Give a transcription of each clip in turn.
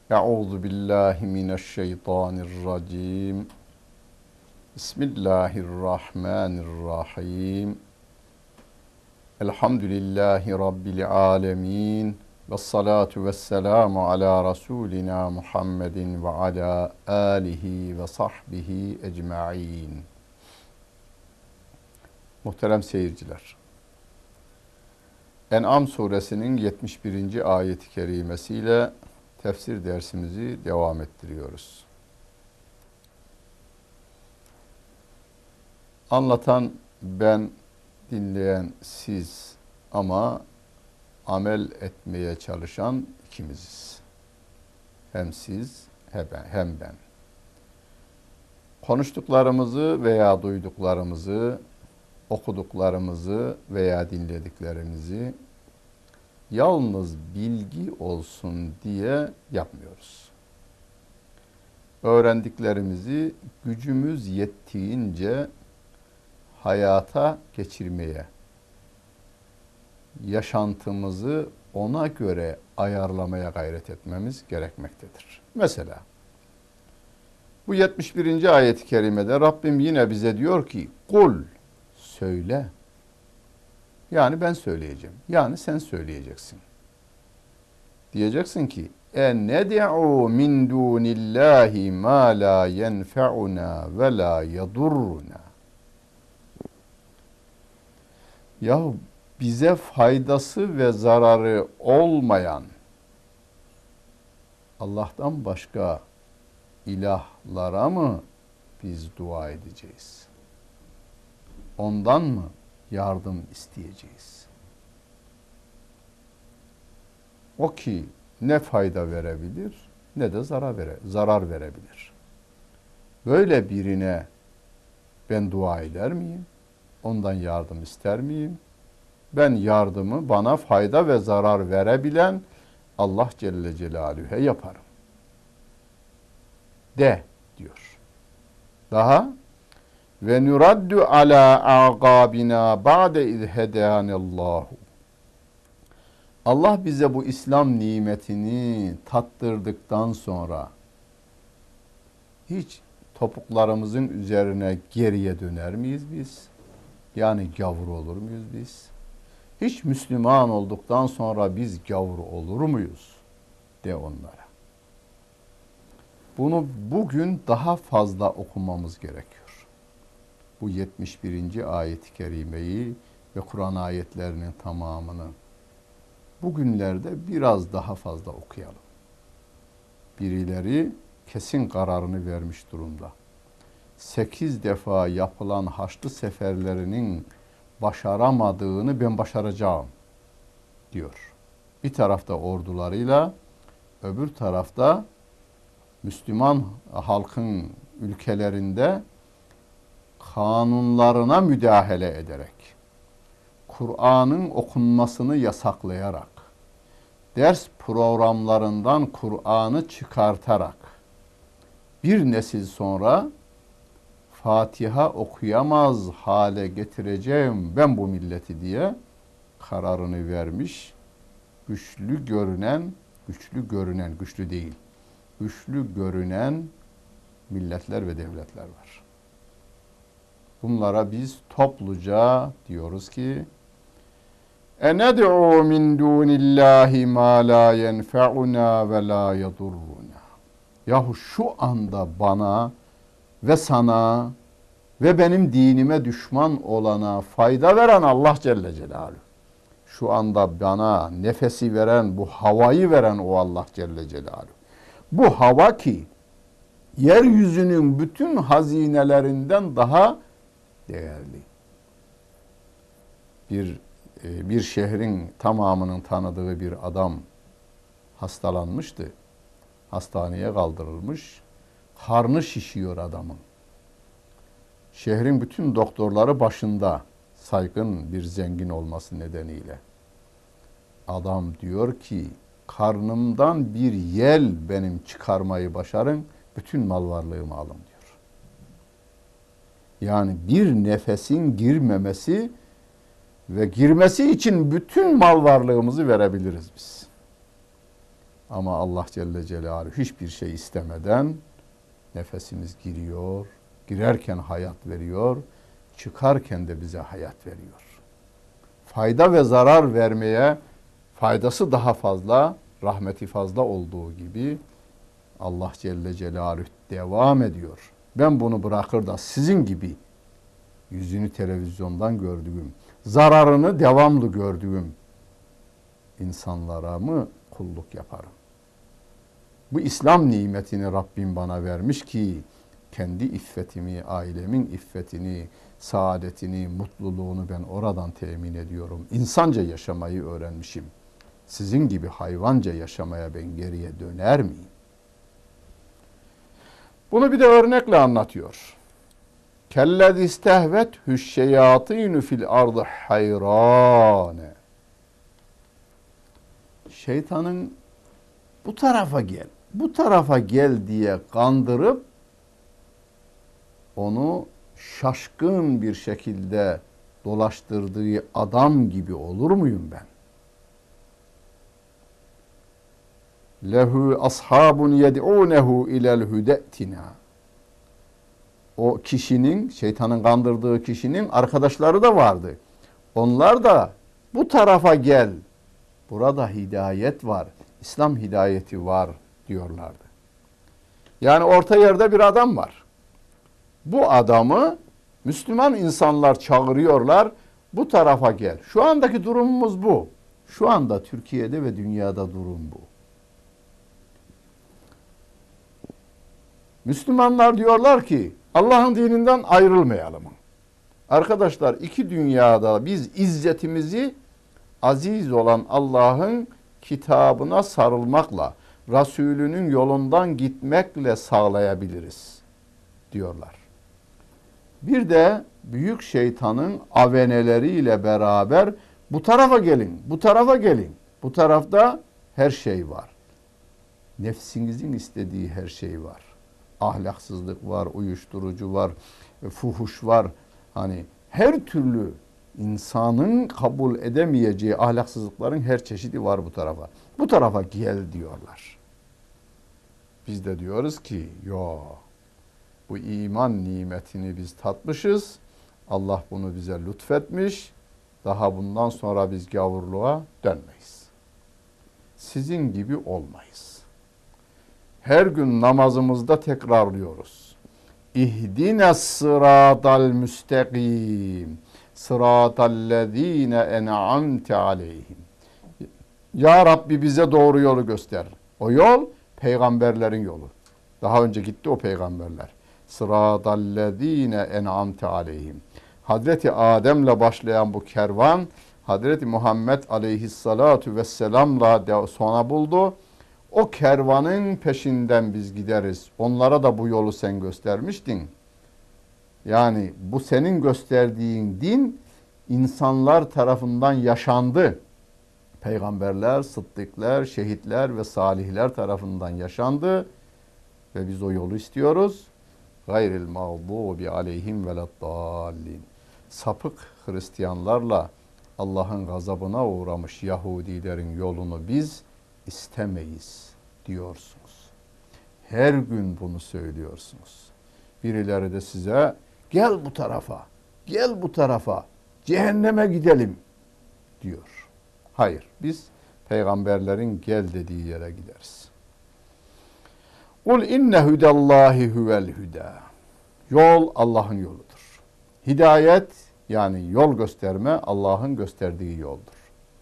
Euzu billahi mineşşeytanirracim. Bismillahirrahmanirrahim. Elhamdülillahi rabbil alamin. Ves salatu vesselamu ala rasulina Muhammedin ve ala alihi ve sahbihi ecmaîn. Muhterem seyirciler. En'am suresinin 71. ayet-i kerimesiyle tefsir dersimizi devam ettiriyoruz. Anlatan ben, dinleyen siz ama amel etmeye çalışan ikimiziz. Hem siz hem ben. Konuştuklarımızı veya duyduklarımızı, okuduklarımızı veya dinlediklerimizi yalnız bilgi olsun diye yapmıyoruz. Öğrendiklerimizi gücümüz yettiğince hayata geçirmeye, yaşantımızı ona göre ayarlamaya gayret etmemiz gerekmektedir. Mesela bu 71. ayet-i kerimede Rabbim yine bize diyor ki kul, söyle. Yani ben söyleyeceğim. Yani sen söyleyeceksin. Diyeceksin ki ned'u min dunillahi ma la yenfe'una ve la yadurruna. Yahu bize faydası ve zararı olmayan Allah'tan başka ilahlara mı biz dua edeceğiz? Ondan mı yardım isteyeceğiz? O ki ne fayda verebilir ne de zarar verebilir. Böyle birine ben dua eder miyim? Ondan yardım ister miyim? Ben yardımı bana fayda ve zarar verebilen Allah Celle Celaluhu'ya yaparım. De diyor. Daha ve nuraddu ala aqabina ba'de iz hedanallahu. Allah bize bu İslam nimetini tattırdıktan sonra hiç topuklarımızın üzerine geriye döner miyiz biz? Yani gavur olur muyuz biz? Hiç Müslüman olduktan sonra biz gavur olur muyuz? De onlara. Bunu bugün daha fazla okumamız gerekiyor. Bu 71. ayet-i kerimeyi ve Kur'an ayetlerinin tamamını bugünlerde biraz daha fazla okuyalım. Birileri kesin kararını vermiş durumda. 8 defa yapılan Haçlı seferlerinin başaramadığını ben başaracağım diyor. Bir tarafta ordularıyla, öbür tarafta Müslüman halkın ülkelerinde kanunlarına müdahale ederek, Kur'an'ın okunmasını yasaklayarak, ders programlarından Kur'an'ı çıkartarak, bir nesil sonra Fatiha okuyamaz hale getireceğim ben bu milleti diye kararını vermiş, güçlü görünen milletler ve devletler var. Bunlara biz topluca diyoruz ki ned'u min dunillahi ma la yenfe'una ve la yadurruna. Yahu şu anda bana ve sana ve benim dinime düşman olana fayda veren Allah Celle Celaluhu. Şu anda bana nefesi veren, bu havayı veren o Allah Celle Celaluhu. Bu hava ki yeryüzünün bütün hazinelerinden daha değerli. Bir şehrin tamamının tanıdığı bir adam hastalanmıştı. Hastaneye kaldırılmış. Karnı şişiyor adamın. Şehrin bütün doktorları başında, saygın bir zengin olması nedeniyle. Adam diyor ki, karnımdan bir yel benim çıkarmayı başarın, bütün mal varlığımı alın diyor. Yani bir nefesin girmemesi ve girmesi için bütün mal varlığımızı verebiliriz biz. Ama Allah Celle Celaluhu hiçbir şey istemeden nefesimiz giriyor, girerken hayat veriyor, çıkarken de bize hayat veriyor. Fayda ve zarar vermeye faydası daha fazla, rahmeti fazla olduğu gibi Allah Celle Celaluhu devam ediyor. Ben bunu bırakır da sizin gibi yüzünü televizyondan gördüğüm, zararını devamlı gördüğüm insanlara mı kulluk yaparım? Bu İslam nimetini Rabbim bana vermiş ki kendi iffetimi, ailemin iffetini, saadetini, mutluluğunu ben oradan temin ediyorum. İnsanca yaşamayı öğrenmişim. Sizin gibi hayvanca yaşamaya ben geriye döner miyim? Bunu bir de örnekle anlatıyor. Kellezi istehvethü şeyatînü fil ardı hayrâne. Şeytanın bu tarafa gel, bu tarafa gel diye kandırıp onu şaşkın bir şekilde dolaştırdığı adam gibi olur muyum ben? Lehu ashabun yed'unehu ilel hudetina. O kişinin, şeytanın kandırdığı kişinin arkadaşları da vardı. Onlar da bu tarafa gel, burada hidayet var, İslam hidayeti var diyorlardı. Yani orta yerde bir adam var. Bu adamı Müslüman insanlar çağırıyorlar, bu tarafa gel. Şu andaki durumumuz bu. Şu anda Türkiye'de ve dünyada durum bu. Müslümanlar diyorlar ki Allah'ın dininden ayrılmayalım. Arkadaşlar iki dünyada biz izzetimizi aziz olan Allah'ın kitabına sarılmakla, Resulünün yolundan gitmekle sağlayabiliriz diyorlar. Bir de büyük şeytanın aveneleriyle beraber bu tarafa gelin, bu tarafa gelin. Bu tarafta her şey var. Nefsinizin istediği her şey var. Ahlaksızlık var, uyuşturucu var, fuhuş var. Hani her türlü insanın kabul edemeyeceği ahlaksızlıkların her çeşidi var bu tarafa. Bu tarafa gel diyorlar. Biz de diyoruz ki yok. Bu iman nimetini biz tatmışız. Allah bunu bize lütfetmiş. Daha bundan sonra biz gavurluğa dönmeyiz. Sizin gibi olmayız. Her gün namazımızda tekrarlıyoruz. İhdines sıratal müstakim. Sıratallezine en'amte aleyhim. Ya Rabbi bize doğru yolu göster. O yol peygamberlerin yolu. Daha önce gitti o peygamberler. Sıratallezine en'amte aleyhim. Hazreti Adem'le başlayan bu kervan Hazreti Muhammed aleyhissalatu vesselam'la sona buldu. O kervanın peşinden biz gideriz. Onlara da bu yolu sen göstermiştin. Yani bu senin gösterdiğin din insanlar tarafından yaşandı. Peygamberler, sıddıklar, şehitler ve salihler tarafından yaşandı. Ve biz o yolu istiyoruz. Gayril mağdubi aleyhim veleddallin. Sapık Hristiyanlarla Allah'ın gazabına uğramış Yahudilerin yolunu biz istemeyiz diyorsunuz. Her gün bunu söylüyorsunuz. Birileri de size gel bu tarafa, gel bu tarafa, cehenneme gidelim diyor. Hayır, biz peygamberlerin gel dediği yere gideriz. Kul inne hudallahi huvel huda. Yol Allah'ın yoludur. Hidayet yani yol gösterme Allah'ın gösterdiği yoldur.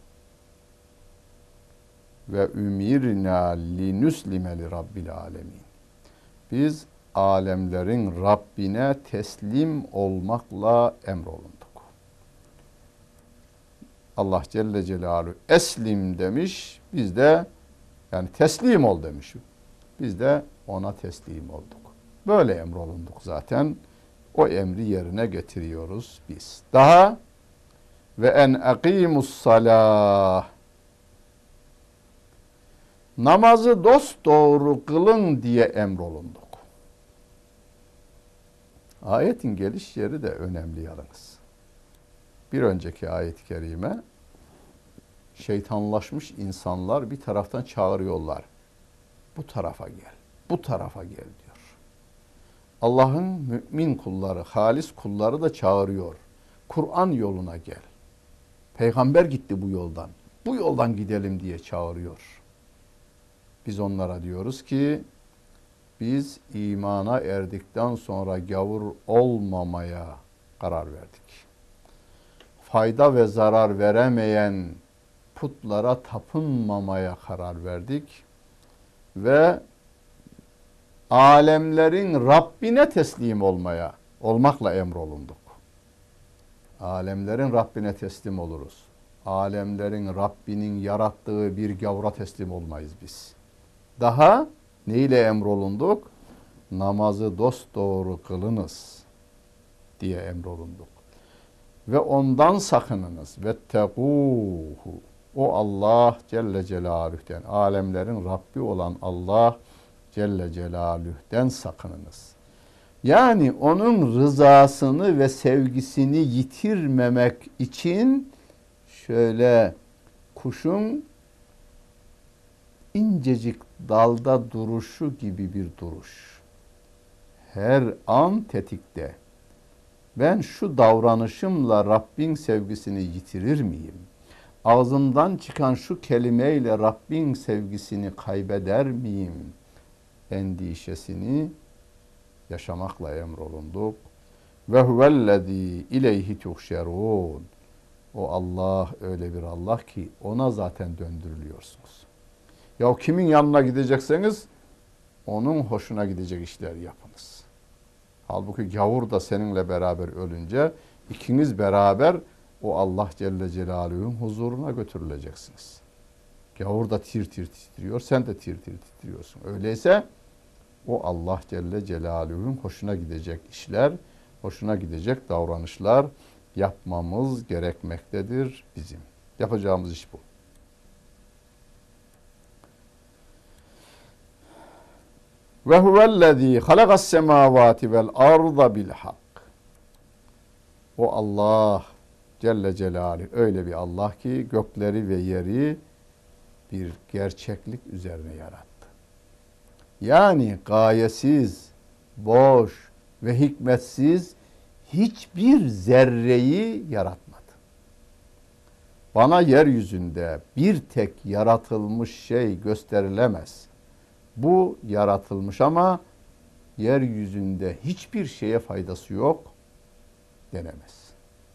Ve ümirna linuslime li rabbil alemin. Biz alemlerin Rabbine teslim olmakla emrolunduk. Allah Celle Celaluhu eslim demiş, biz de yani teslim ol demiş. Biz de ona teslim olduk. Böyle emrolunduk zaten. O emri yerine getiriyoruz biz. Daha ve en akimus salah. Namazı dosdoğru kılın diye emrolunduk. Ayetin geliş yeri de önemli yalnız. Bir önceki ayet-i kerime şeytanlaşmış insanlar bir taraftan çağırıyorlar. Bu tarafa gel. Bu tarafa gel diyor. Allah'ın mümin kulları, halis kulları da çağırıyor. Kur'an yoluna gel. Peygamber gitti bu yoldan. Bu yoldan gidelim diye çağırıyor. Biz onlara diyoruz ki biz imana erdikten sonra gavur olmamaya karar verdik. Fayda ve zarar veremeyen putlara tapınmamaya karar verdik ve alemlerin Rabbine teslim olmakla emrolunduk. Alemlerin Rabbine teslim oluruz. Alemlerin Rabbinin yarattığı bir gavura teslim olmayız biz. Daha neyle emrolunduk? Namazı dosdoğru kılınız diye emrolunduk. Ve ondan sakınınız. Vettegûhu. O Allah Celle Celaluh'ten, alemlerin Rabbi olan Allah Celle Celaluh'ten sakınınız. Yani onun rızasını ve sevgisini yitirmemek için şöyle kuşun incecik dalda duruşu gibi bir duruş. Her an tetikte. Ben şu davranışımla Rabbin sevgisini yitirir miyim? Ağzımdan çıkan şu kelimeyle Rabbin sevgisini kaybeder miyim? Endişesini yaşamakla emrolunduk. Ve huvellezî ileyhi tuhşerûn. O Allah öyle bir Allah ki ona zaten döndürülüyorsunuz. Ya kimin yanına gidecekseniz onun hoşuna gidecek işler yapınız. Halbuki gavur da seninle beraber ölünce ikiniz beraber o Allah Celle Celaluhu'nun huzuruna götürüleceksiniz. Gavur da tir tir titriyor, sen de tir tir titriyorsun. Öyleyse o Allah Celle Celaluhu'nun hoşuna gidecek işler, hoşuna gidecek davranışlar yapmamız gerekmektedir bizim. Yapacağımız iş bu. Ve huvellezî halakas semâvâti vel arda bil hak. O Allah Celle Celaluhu öyle bir Allah ki gökleri ve yeri bir gerçeklik üzerine yarattı. Yani gayesiz, boş ve hikmetsiz hiçbir zerreyi yaratmadı. Bana yeryüzünde bir tek yaratılmış şey gösterilemez. Bu yaratılmış ama yeryüzünde hiçbir şeye faydası yok denemez.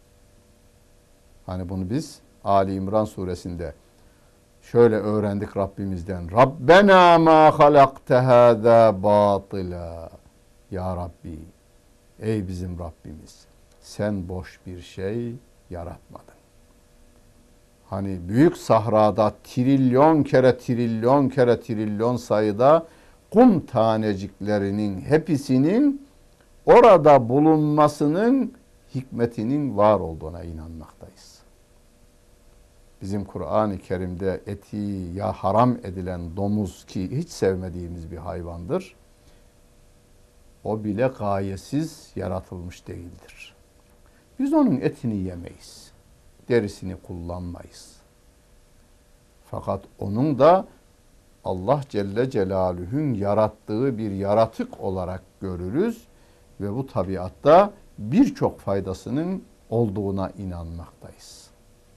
Hani bunu biz Ali İmran suresinde şöyle öğrendik Rabbimizden. Rabbena ma halakte hâzâ batıla. Ya Rabbi, ey bizim Rabbimiz, sen boş bir şey yaratmadın. Hani büyük sahrada trilyon kere sayıda kum taneciklerinin hepsinin orada bulunmasının hikmetinin var olduğuna inanmaktayız. Bizim Kur'an-ı Kerim'de eti ya haram edilen domuz ki hiç sevmediğimiz bir hayvandır. O bile gayesiz yaratılmış değildir. Biz onun etini yemeyiz. Derisini kullanmayız. Fakat onun da Allah Celle Celaluhu'nun yarattığı bir yaratık olarak görürüz ve bu tabiatta birçok faydasının olduğuna inanmaktayız.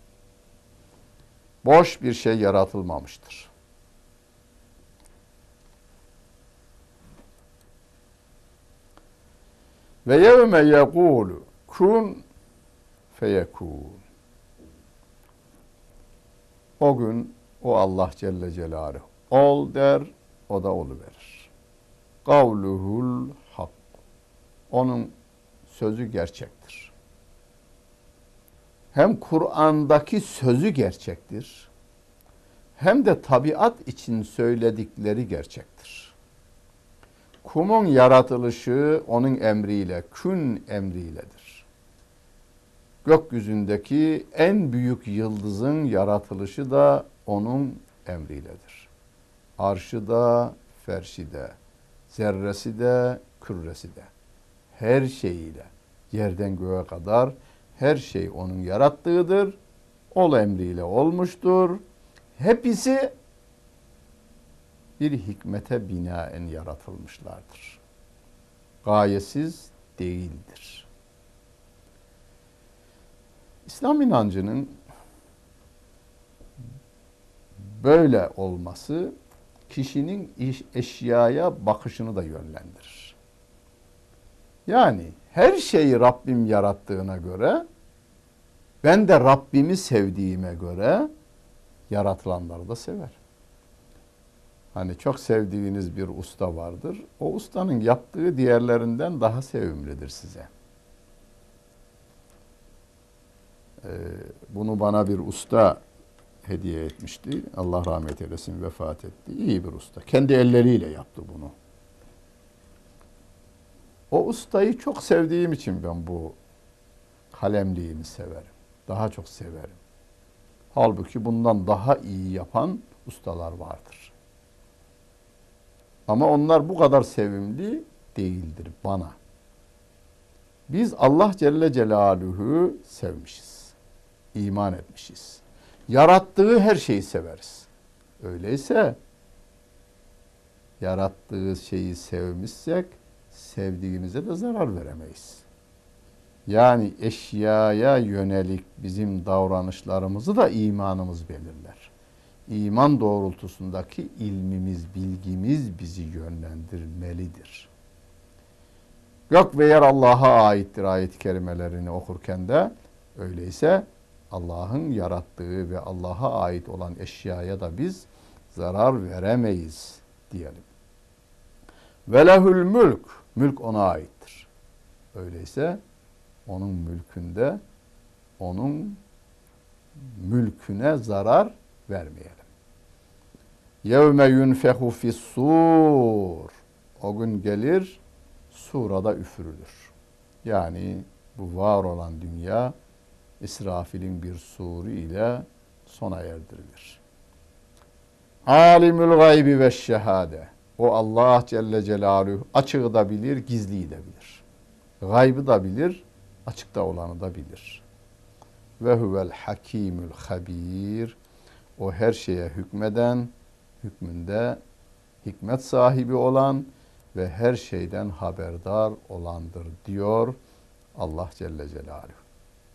Boş bir şey yaratılmamıştır. Ve yevme yekulu kun feyekun. O gün o Allah Celle Celaluhu ol der, o da oluverir. Kavluhul hak. Onun sözü gerçektir. Hem Kur'an'daki sözü gerçektir, hem de tabiat için söyledikleri gerçektir. Kumun yaratılışı onun emriyle, kün emriyledir. Gökyüzündeki en büyük yıldızın yaratılışı da onun emriyledir. Arşı da, ferşi de, zerresi de, küresi de, her şeyiyle, yerden göğe kadar her şey onun yarattığıdır. Ol emriyle olmuştur. Hepsi bir hikmete binaen yaratılmışlardır. Gayesiz değildir. İslam inancının böyle olması kişinin eşyaya bakışını da yönlendirir. Yani her şeyi Rabbim yarattığına göre, ben de Rabbimi sevdiğime göre yaratılanları da sever. Hani çok sevdiğiniz bir usta vardır. O ustanın yaptığı diğerlerinden daha sevimlidir size. Bunu bana bir usta hediye etmişti. Allah rahmet eylesin, vefat etti. İyi bir usta. Kendi elleriyle yaptı bunu. O ustayı çok sevdiğim için ben bu kalemliğini severim. Daha çok severim. Halbuki bundan daha iyi yapan ustalar vardır. Ama onlar bu kadar sevimli değildir bana. Biz Allah Celle Celaluhu sevmişiz. İman etmişiz. Yarattığı her şeyi severiz. Öyleyse yarattığı şeyi sevmişsek sevdiğimize de zarar veremeyiz. Yani eşyaya yönelik bizim davranışlarımızı da imanımız belirler. İman doğrultusundaki ilmimiz, bilgimiz bizi yönlendirmelidir. Gök ve yer Allah'a aittir ayet-i kerimelerini okurken de öyleyse Allah'ın yarattığı ve Allah'a ait olan eşyaya da biz zarar veremeyiz diyelim. Ve lehül mülk, mülk ona aittir. Öyleyse onun mülkünde, onun mülküne zarar vermeyelim. Yevme yunfehu fis-sur. O gün gelir, surada üfürülür. Yani bu var olan dünya İsrafil'in bir suru ile sona erdirilir. Alimül gaybi ve şehade. O Allah Celle Celaluhu açığı da bilir, gizliyi de bilir. Gaybı da bilir, açıkta olanı da bilir. Ve huvel hakimül habir. O her şeye hükmeden, hükmünde hikmet sahibi olan ve her şeyden haberdar olandır diyor Allah Celle Celaluhu.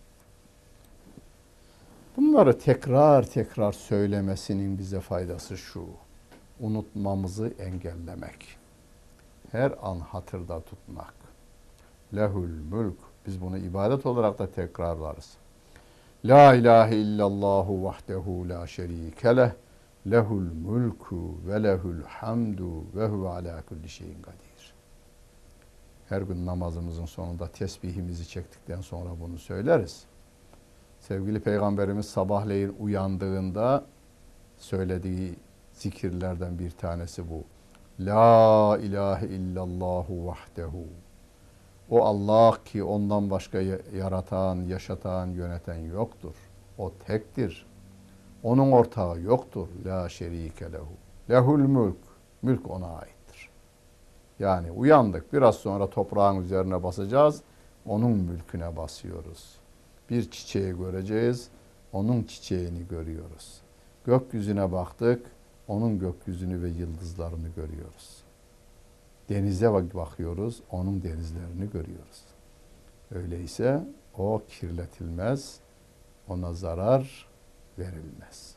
Bunları tekrar tekrar söylemesinin bize faydası şu: unutmamızı engellemek. Her an hatırda tutmak. Lehül mülk. Biz bunu ibadet olarak da tekrarlarız. La ilahe illallahu vahdehu la şerike leh. Lehül mülku ve lehül hamdu ve huve ala kulli şeyin kadir. Her gün namazımızın sonunda tesbihimizi çektikten sonra bunu söyleriz. Sevgili Peygamberimiz sabahleyin uyandığında söylediği zikirlerden bir tanesi bu. La ilahe illallahu vahdehu. O Allah ki ondan başka yaratan, yaşatan, yöneten yoktur. O tektir. Onun ortağı yoktur. La şerike lehu. Lehul mülk. Mülk ona aittir. Yani uyandık. Biraz sonra toprağın üzerine basacağız. Onun mülküne basıyoruz. Bir çiçeği göreceğiz. Onun çiçeğini görüyoruz. Gökyüzüne baktık. Onun gökyüzünü ve yıldızlarını görüyoruz. Denize bakıyoruz. Onun denizlerini görüyoruz. Öyleyse o kirletilmez. Ona zarar verilmez.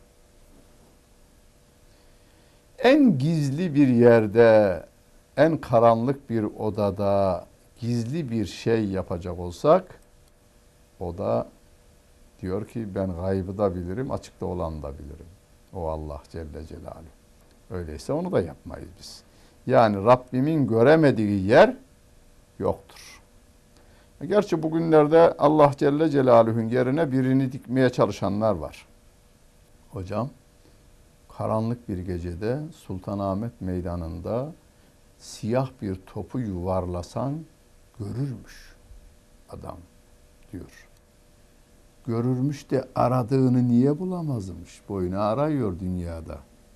En gizli bir yerde, en karanlık bir odada gizli bir şey yapacak olsak, o da diyor ki ben gaybı da bilirim, açıkta olanı da bilirim. O Allah Celle Celaluhu. Öyleyse onu da yapmayız biz. Yani Rabbimin göremediği yer yoktur. Gerçi bugünlerde Allah Celle Celaluhu'nun yerine birini dikmeye çalışanlar var. Hocam, karanlık bir gecede Sultanahmet Meydanı'nda siyah bir topu yuvarlasan görürmüş adam diyor. Görürmüş de aradığını niye bulamazmış? Boyuna arıyor dünyada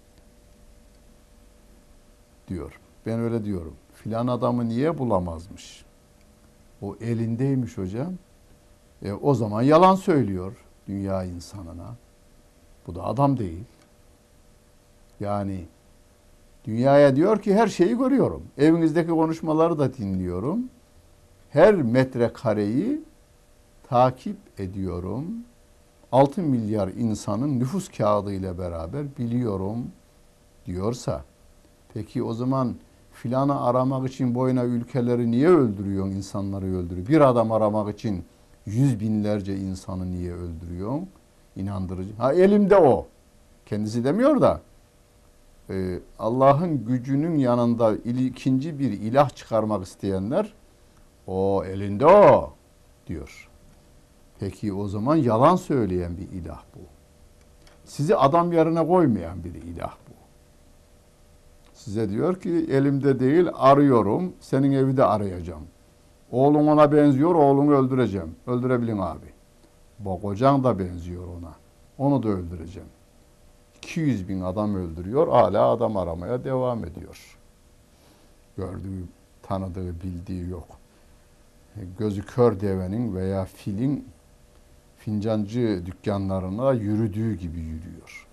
diyor. Ben öyle diyorum. Filan adamı niye bulamazmış? O elindeymiş hocam. O zaman yalan söylüyor dünya insanına. Bu da adam değil. Yani Dünyaya diyor ki her şeyi görüyorum. Evinizdeki konuşmaları da dinliyorum. Her metrekareyi takip ediyorum. 6 milyar insanın nüfus kağıdı ile beraber biliyorum diyorsa, peki o zaman filanı aramak için boyuna ülkeleri niye öldürüyorsun, insanları öldürüyor? Bir adam aramak için 100 binlerce insanı niye öldürüyorsun? İnandırıcı. Ha, elimde o. Kendisi demiyor da Allah'ın gücünün yanında ikinci bir ilah çıkarmak isteyenler, o elinde o diyor. Peki o zaman yalan söyleyen bir ilah bu. Sizi adam yerine koymayan bir ilah bu. Size diyor ki elimde değil, arıyorum, senin evi de arayacağım. Oğlun ona benziyor, oğlunu öldüreceğim. Öldürebilin abi. Bak kocan da benziyor ona. Onu da öldüreceğim. 200 bin adam öldürüyor, hala adam aramaya devam ediyor. Gördüğü, tanıdığı, bildiği yok. Gözü kör devenin veya filin fincancı dükkanlarına yürüdüğü gibi yürüyor.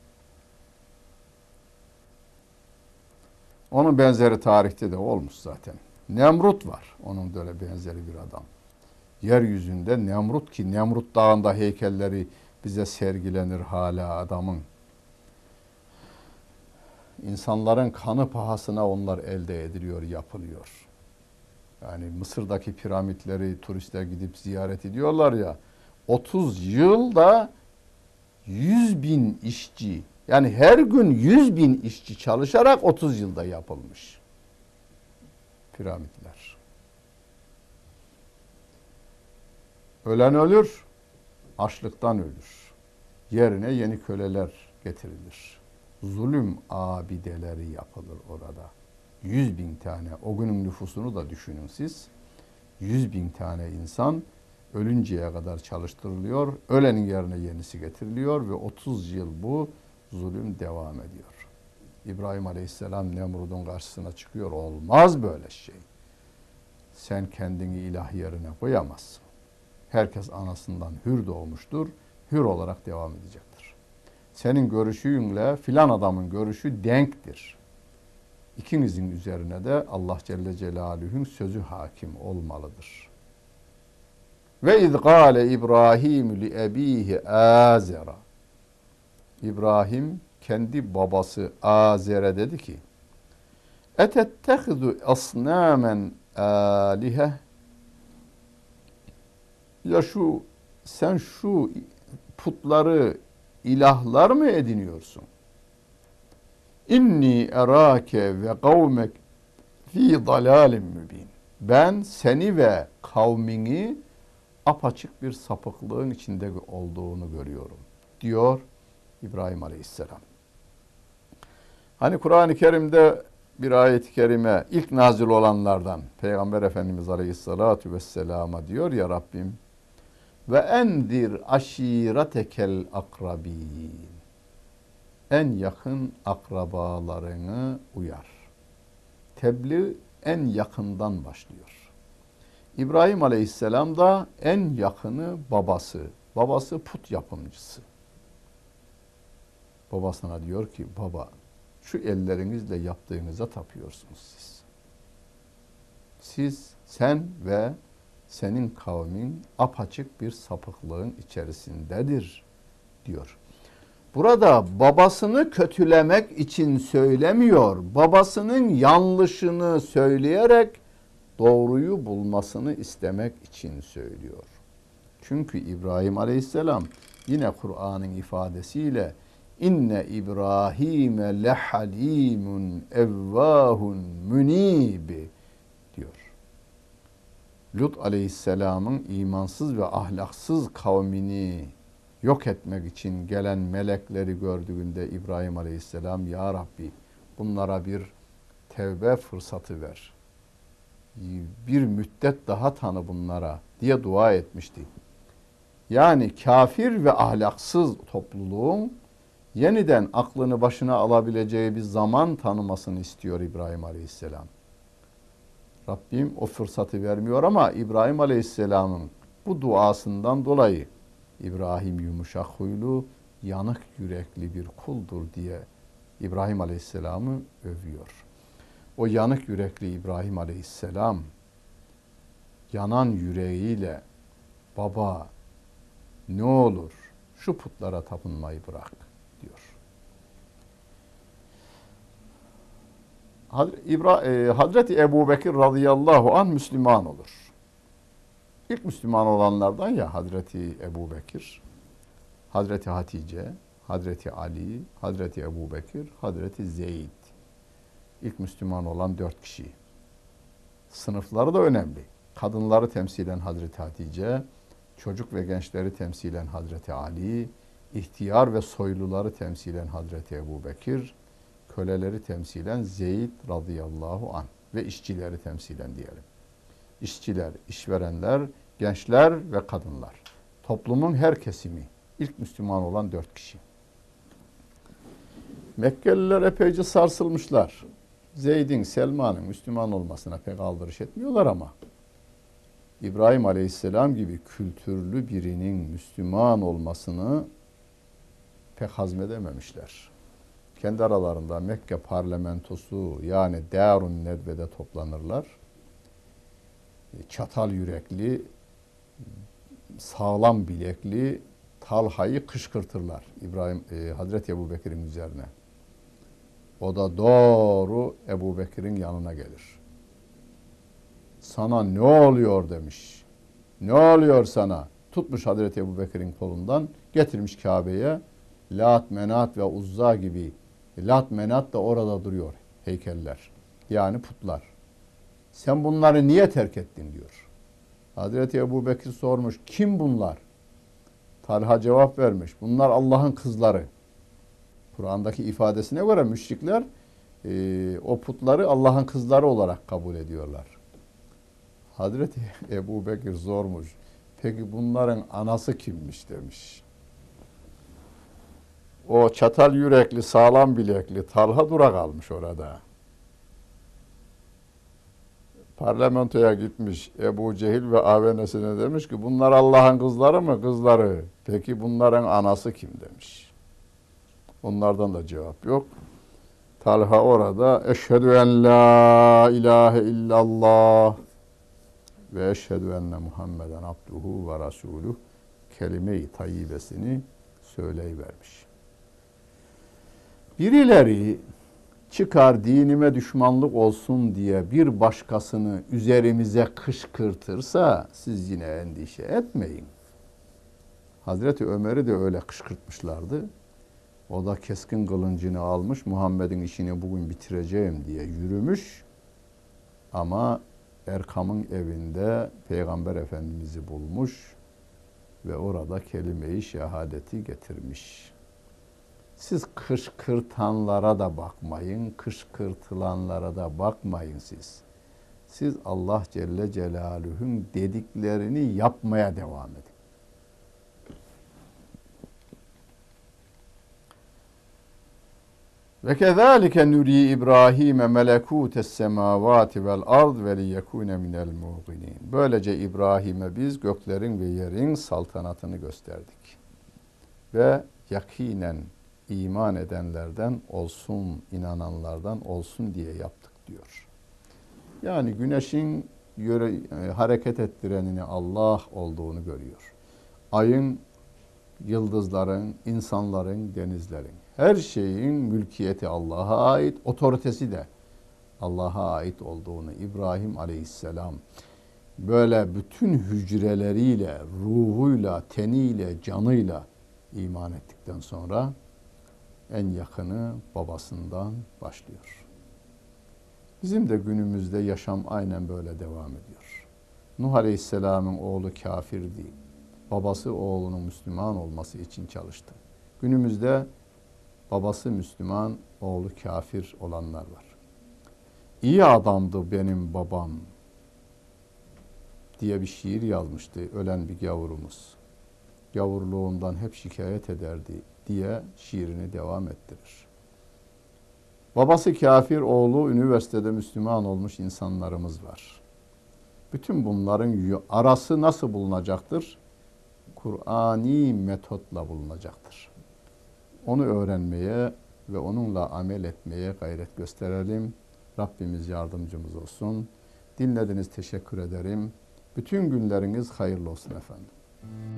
Onun benzeri tarihte de olmuş zaten. Nemrut var. Onun da öyle benzeri bir adam. Yeryüzünde Nemrut, ki Nemrut Dağı'nda heykelleri bize sergilenir hala adamın. İnsanların kanı pahasına onlar elde ediliyor, yapılıyor. Yani Mısır'daki piramitleri turistler gidip ziyaret ediyorlar ya, 30 yılda 100 bin işçi, yani her gün 100 bin işçi çalışarak 30 yılda yapılmış piramitler. Ölen ölür, açlıktan ölür. Yerine yeni köleler getirilir. Zulüm abideleri yapılır orada. 100 bin tane, o günün nüfusunu da düşünün siz. 100 bin tane insan ölünceye kadar çalıştırılıyor. Ölenin yerine yenisi getiriliyor ve 30 yıl bu zulüm devam ediyor. İbrahim Aleyhisselam Nemrud'un karşısına çıkıyor. Olmaz böyle şey. Sen kendini ilah yerine koyamazsın. Herkes anasından hür doğmuştur. Hür olarak devam edecektir. Senin görüşünle filan adamın görüşü denktir. İkinizin üzerine de Allah Celle Celaluhu'nun sözü hakim olmalıdır. Ve iz gâle İbrahim li ebîhi Âzera. İbrahim kendi babası Azer'e dedi ki: Etettehizu asnâmen âlihe. Ya sen şu putları ilahlar mı ediniyorsun? İnni erâke ve kavmek fî dalâlim mübîn. Ben seni ve kavmini apaçık bir sapıklığın içinde olduğunu görüyorum diyor İbrahim Aleyhisselam. Hani Kur'an-ı Kerim'de bir ayet-i kerime ilk nazil olanlardan Peygamber Efendimiz Aleyhisselatü Vesselam'a diyor ya Rabbim: ve endir aşiretekel akrabin. En yakın akrabalarını uyar. Tebliğ en yakından başlıyor. İbrahim Aleyhisselam da en yakını babası. Babası put yapımcısı. Babasına diyor ki, baba şu ellerinizle yaptığınıza tapıyorsunuz siz. Sen ve senin kavmin apaçık bir sapıklığın içerisindedir diyor. Burada babasını kötülemek için söylemiyor. Babasının yanlışını söyleyerek doğruyu bulmasını istemek için söylüyor. Çünkü İbrahim Aleyhisselam yine Kur'an'ın ifadesiyle İnne İbrahime lehalimun evvahun münib diyor. Lut Aleyhisselam'ın imansız ve ahlaksız kavmini yok etmek için gelen melekleri gördüğünde İbrahim Aleyhisselam, ya Rabbi bunlara bir tevbe fırsatı ver. Bir müddet daha tanı bunlara diye dua etmişti. Yani kafir ve ahlaksız topluluğun yeniden aklını başına alabileceği bir zaman tanımasını istiyor İbrahim Aleyhisselam. Rabbim o fırsatı vermiyor ama İbrahim Aleyhisselam'ın bu duasından dolayı İbrahim yumuşak huylu, yanık yürekli bir kuldur diye İbrahim Aleyhisselam'ı övüyor. O yanık yürekli İbrahim Aleyhisselam yanan yüreğiyle baba ne olur şu putlara tapınmayı bırak diyor. Hazreti Ebu Bekir radıyallahu anh Müslüman olur. İlk Müslüman olanlardan ya Hazreti Ebu Bekir, Hazreti Hatice, Hazreti Ali, Hazreti Ebu Bekir, Hazreti Zeyd. İlk Müslüman olan 4 kişi. Sınıfları da önemli. Kadınları temsilen Hazreti Hatice, çocuk ve gençleri temsilen Hazreti Ali, ihtiyar ve soyluları temsilen Hazreti Ebu Bekir, köleleri temsilen Zeyd radıyallahu anh ve işçileri temsilen diyelim. İşçiler, işverenler, gençler ve kadınlar. Toplumun her kesimi. İlk Müslüman olan 4 kişi. Mekkeliler epeyce sarsılmışlar. Zeyd'in, Selman'ın Müslüman olmasına pek aldırış etmiyorlar ama İbrahim Aleyhisselam gibi kültürlü birinin Müslüman olmasını pek hazmedememişler. Kendi aralarında Mekke parlamentosu yani Darun Nedve'de toplanırlar. Çatal yürekli, sağlam bilekli Talha'yı kışkırtırlar Hazreti Ebu Bekir'in üzerine. O da doğru Ebu Bekir'in yanına gelir. Sana ne oluyor demiş. Ne oluyor sana? Tutmuş Hazreti Ebu Bekir'in kolundan getirmiş Kabe'ye. Lat, Menat ve Uzza gibi. Lat, Menat da orada duruyor heykeller. Yani putlar. Sen bunları niye terk ettin diyor. Hazreti Ebu Bekir sormuş. Kim bunlar? Talha cevap vermiş. Bunlar Allah'ın kızları. Kur'an'daki ifadesine göre müşrikler o putları Allah'ın kızları olarak kabul ediyorlar. Hazreti Ebu Bekir sormuş. Peki bunların anası kimmiş demiş. O çatal yürekli, sağlam bilekli Talha dura kalmış orada. Parlamentoya gitmiş Ebu Cehil ve avenesine demiş ki bunlar Allah'ın kızları mı? Kızları. Peki bunların anası kim demiş. Onlardan da cevap yok. Talha orada eşhedü en la ilahe illallah ve eşhedü enne Muhammeden abduhu ve rasuluh kelime-i tayyibesini söyleyivermiş. Birileri çıkar dinime düşmanlık olsun diye bir başkasını üzerimize kışkırtırsa siz yine endişe etmeyin. Hazreti Ömer'i de öyle kışkırtmışlardı. O da keskin kılıncını almış, Muhammed'in işini bugün bitireceğim diye yürümüş. Ama Erkam'ın evinde Peygamber Efendimiz'i bulmuş ve orada kelime-i şehadeti getirmiş. Siz kışkırtanlara da bakmayın, kışkırtılanlara da bakmayın siz. Siz Allah Celle Celaluhu'nun dediklerini yapmaya devam edin. Ve kezalike nuri İbrahim'e melekûtes semâvâti vel ard ve liyekûne minel muqinin. Böylece İbrahim'e biz göklerin ve yerin saltanatını gösterdik. Ve yakinen iman edenlerden olsun, inananlardan olsun diye yaptık diyor. Yani güneşin hareket ettirenini Allah olduğunu görüyor. Ayın, yıldızların, insanların, denizlerin, her şeyin mülkiyeti Allah'a ait, otoritesi de Allah'a ait olduğunu İbrahim Aleyhisselam böyle bütün hücreleriyle, ruhuyla, teniyle, canıyla iman ettikten sonra en yakını babasından başlıyor. Bizim de günümüzde yaşam aynen böyle devam ediyor. Nuh Aleyhisselam'ın oğlu kafirdi. Babası oğlunun Müslüman olması için çalıştı. Günümüzde babası Müslüman, oğlu kafir olanlar var. İyi adamdı benim babam diye bir şiir yazmıştı ölen bir gavurumuz. Gavurluğundan hep şikayet ederdi diye şiirini devam ettirir. Babası kafir, oğlu üniversitede Müslüman olmuş insanlarımız var. Bütün bunların arası nasıl bulunacaktır? Kur'ani metotla bulunacaktır. Onu öğrenmeye ve onunla amel etmeye gayret gösterelim. Rabbimiz yardımcımız olsun. Dinlediniz, teşekkür ederim. Bütün günleriniz hayırlı olsun efendim.